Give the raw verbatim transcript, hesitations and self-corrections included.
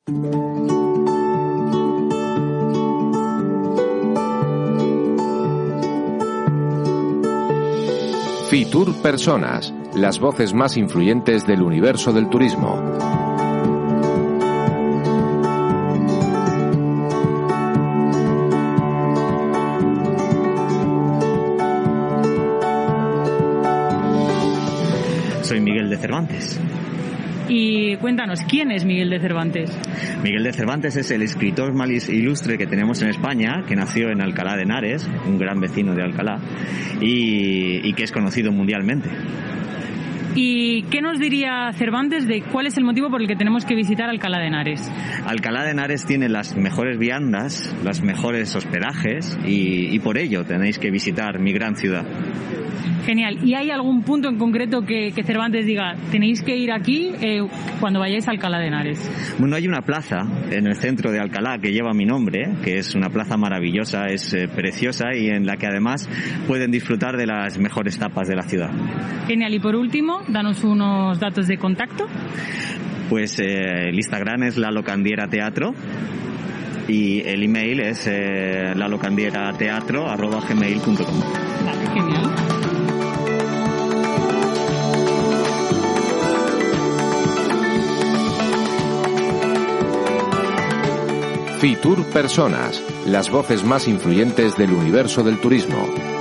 Fitur Personas, las voces más influyentes del universo del turismo. Soy Miguel de Cervantes. Y cuéntanos, ¿quién es Miguel de Cervantes? Miguel de Cervantes es el escritor más ilustre que tenemos en España, que nació en Alcalá de Henares, un gran vecino de Alcalá, y, y que es conocido mundialmente. ¿Y qué nos diría Cervantes de cuál es el motivo por el que tenemos que visitar Alcalá de Henares? Alcalá de Henares tiene las mejores viandas, los mejores hospedajes, y, y por ello tenéis que visitar mi gran ciudad. Genial. ¿Y hay algún punto en concreto que, que Cervantes diga, tenéis que ir aquí eh, cuando vayáis a Alcalá de Henares? Bueno, hay una plaza en el centro de Alcalá que lleva mi nombre, que es una plaza maravillosa, es eh, preciosa y en la que además pueden disfrutar de las mejores tapas de la ciudad. Genial. Y por último, danos unos datos de contacto. Pues eh, el Instagram es La Locandiera Teatro y el email es eh, lalocandierateatro arroba gmail punto com. Vale, genial. Fitur Personas, las voces más influyentes del universo del turismo.